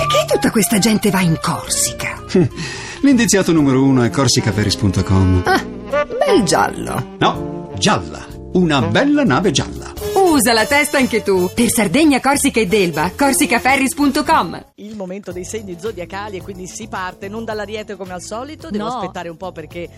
Perché tutta questa gente va in Corsica? L'indiziato numero 1 è corsicaferris.com. Ah, bel giallo. No, gialla. Una bella nave gialla. Usa la testa anche tu. Per Sardegna, Corsica ed Elba, corsicaferris.com. Il momento dei segni zodiacali, e quindi si parte non dall'Ariete come al solito. Devo aspettare un po' perché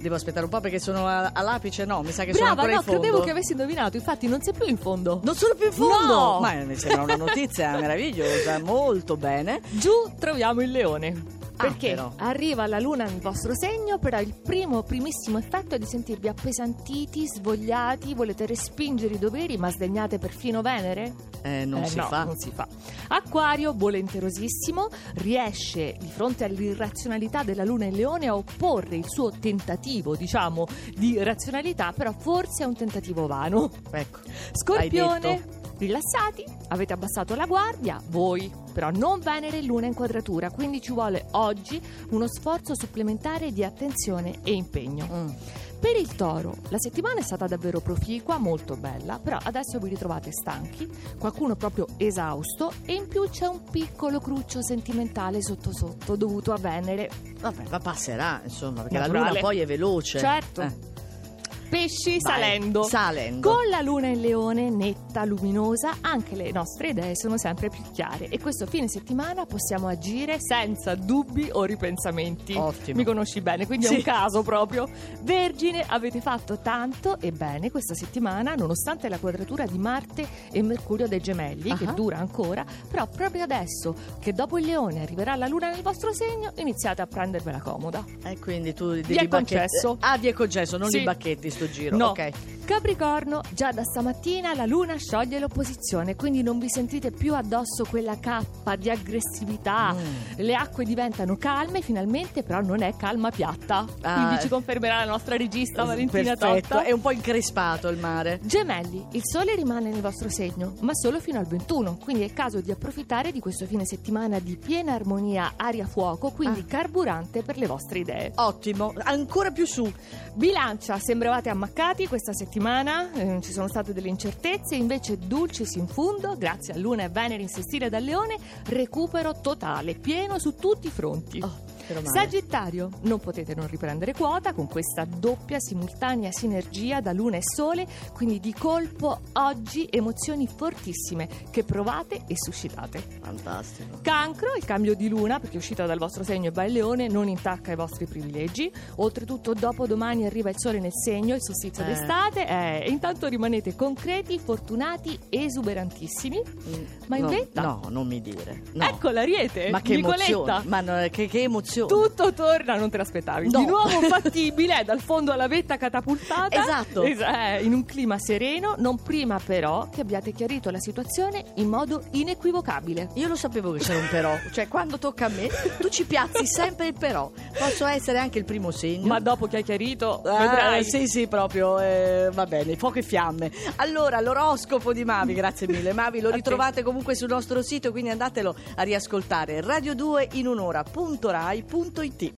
sono all'apice. No, mi sa che sono ancora in fondo. Credevo che avessi indovinato. Infatti non sei più in fondo. Non sono più in fondo? No! Ma mi sembra una notizia meravigliosa. Molto bene. Giù troviamo il Leone. Perché però arriva la luna nel vostro segno, però il primissimo effetto è di sentirvi appesantiti, svogliati, volete respingere i doveri, ma sdegnate perfino Venere? Non si fa. Acquario, volenterosissimo, riesce di fronte all'irrazionalità della luna in Leone a opporre il suo tentativo, diciamo, di razionalità, però forse è un tentativo vano. Ecco. Scorpione, rilassati, avete abbassato la guardia, voi, però non Venere e Luna in quadratura, quindi ci vuole oggi uno sforzo supplementare di attenzione e impegno. Per il Toro, la settimana è stata davvero proficua, molto bella, però adesso vi ritrovate stanchi, qualcuno proprio esausto, e in più c'è un piccolo cruccio sentimentale sotto sotto dovuto a Venere. Vabbè, ma passerà, insomma, perché Naturale. la luna poi è veloce. Certo. Pesci Vai, salendo. Con la luna in Leone, netta, luminosa, anche le nostre idee sono sempre più chiare e questo fine settimana possiamo agire senza dubbi o ripensamenti. Ottimo. Mi conosci bene, quindi è un caso proprio. Vergine, avete fatto tanto e bene questa settimana, nonostante la quadratura di Marte e Mercurio dei Gemelli, che dura ancora, però proprio adesso che dopo il Leone arriverà la luna nel vostro segno, iniziate a prendervela comoda. E quindi tu Vi devi è concesso. vi è concesso, non Sì. li bacchetti sto giro. No. Ok. Capricorno, già da stamattina la luna scioglie l'opposizione, quindi non vi sentite più addosso quella cappa di aggressività. Le acque diventano calme finalmente, però non è calma piatta. Quindi ci confermerà la nostra regista Valentina Perfetto. Totta. È un po' increspato il mare. Gemelli, il sole rimane nel vostro segno, ma solo fino al 21, quindi è il caso di approfittare di questo fine settimana di piena armonia aria-fuoco, quindi carburante per le vostre idee. Ottimo, ancora più su. Bilancia, sembravate ammaccati questa settimana, ci sono state delle incertezze, invece dulcis in fundo, grazie a Luna e Venere in sestile dal Leone, recupero totale, pieno su tutti i fronti. Sagittario, non potete non riprendere quota con questa doppia simultanea sinergia da Luna e Sole, quindi di colpo oggi emozioni fortissime che provate e suscitate. Fantastico. Cancro, il cambio di luna, perché è uscita dal vostro segno e va il Leone, non intacca i vostri privilegi. Oltretutto dopodomani arriva il sole nel segno, il solstizio d'estate, e intanto rimanete concreti, fortunati, esuberantissimi. Ma in vetta? No, non mi dire. No. Ecco l'Ariete, Ma che Nicoletta. emozione. Ma che emozione. Tutto torna, non te l'aspettavi. No. Di nuovo fattibile, dal fondo alla vetta catapultata. Esatto. In un clima sereno, non prima però che abbiate chiarito la situazione in modo inequivocabile. Io lo sapevo che c'era un però. Cioè, quando tocca a me, tu ci piazzi sempre il però. Posso essere anche il primo segno. Ma dopo che hai chiarito, vedrai. Sì, proprio. Va bene, fuoco e fiamme. Allora, l'oroscopo di Mavi, grazie mille. Mavi, lo ritrovate comunque sul nostro sito, quindi andatelo a riascoltare. Radio 2 in un'ora.rai.it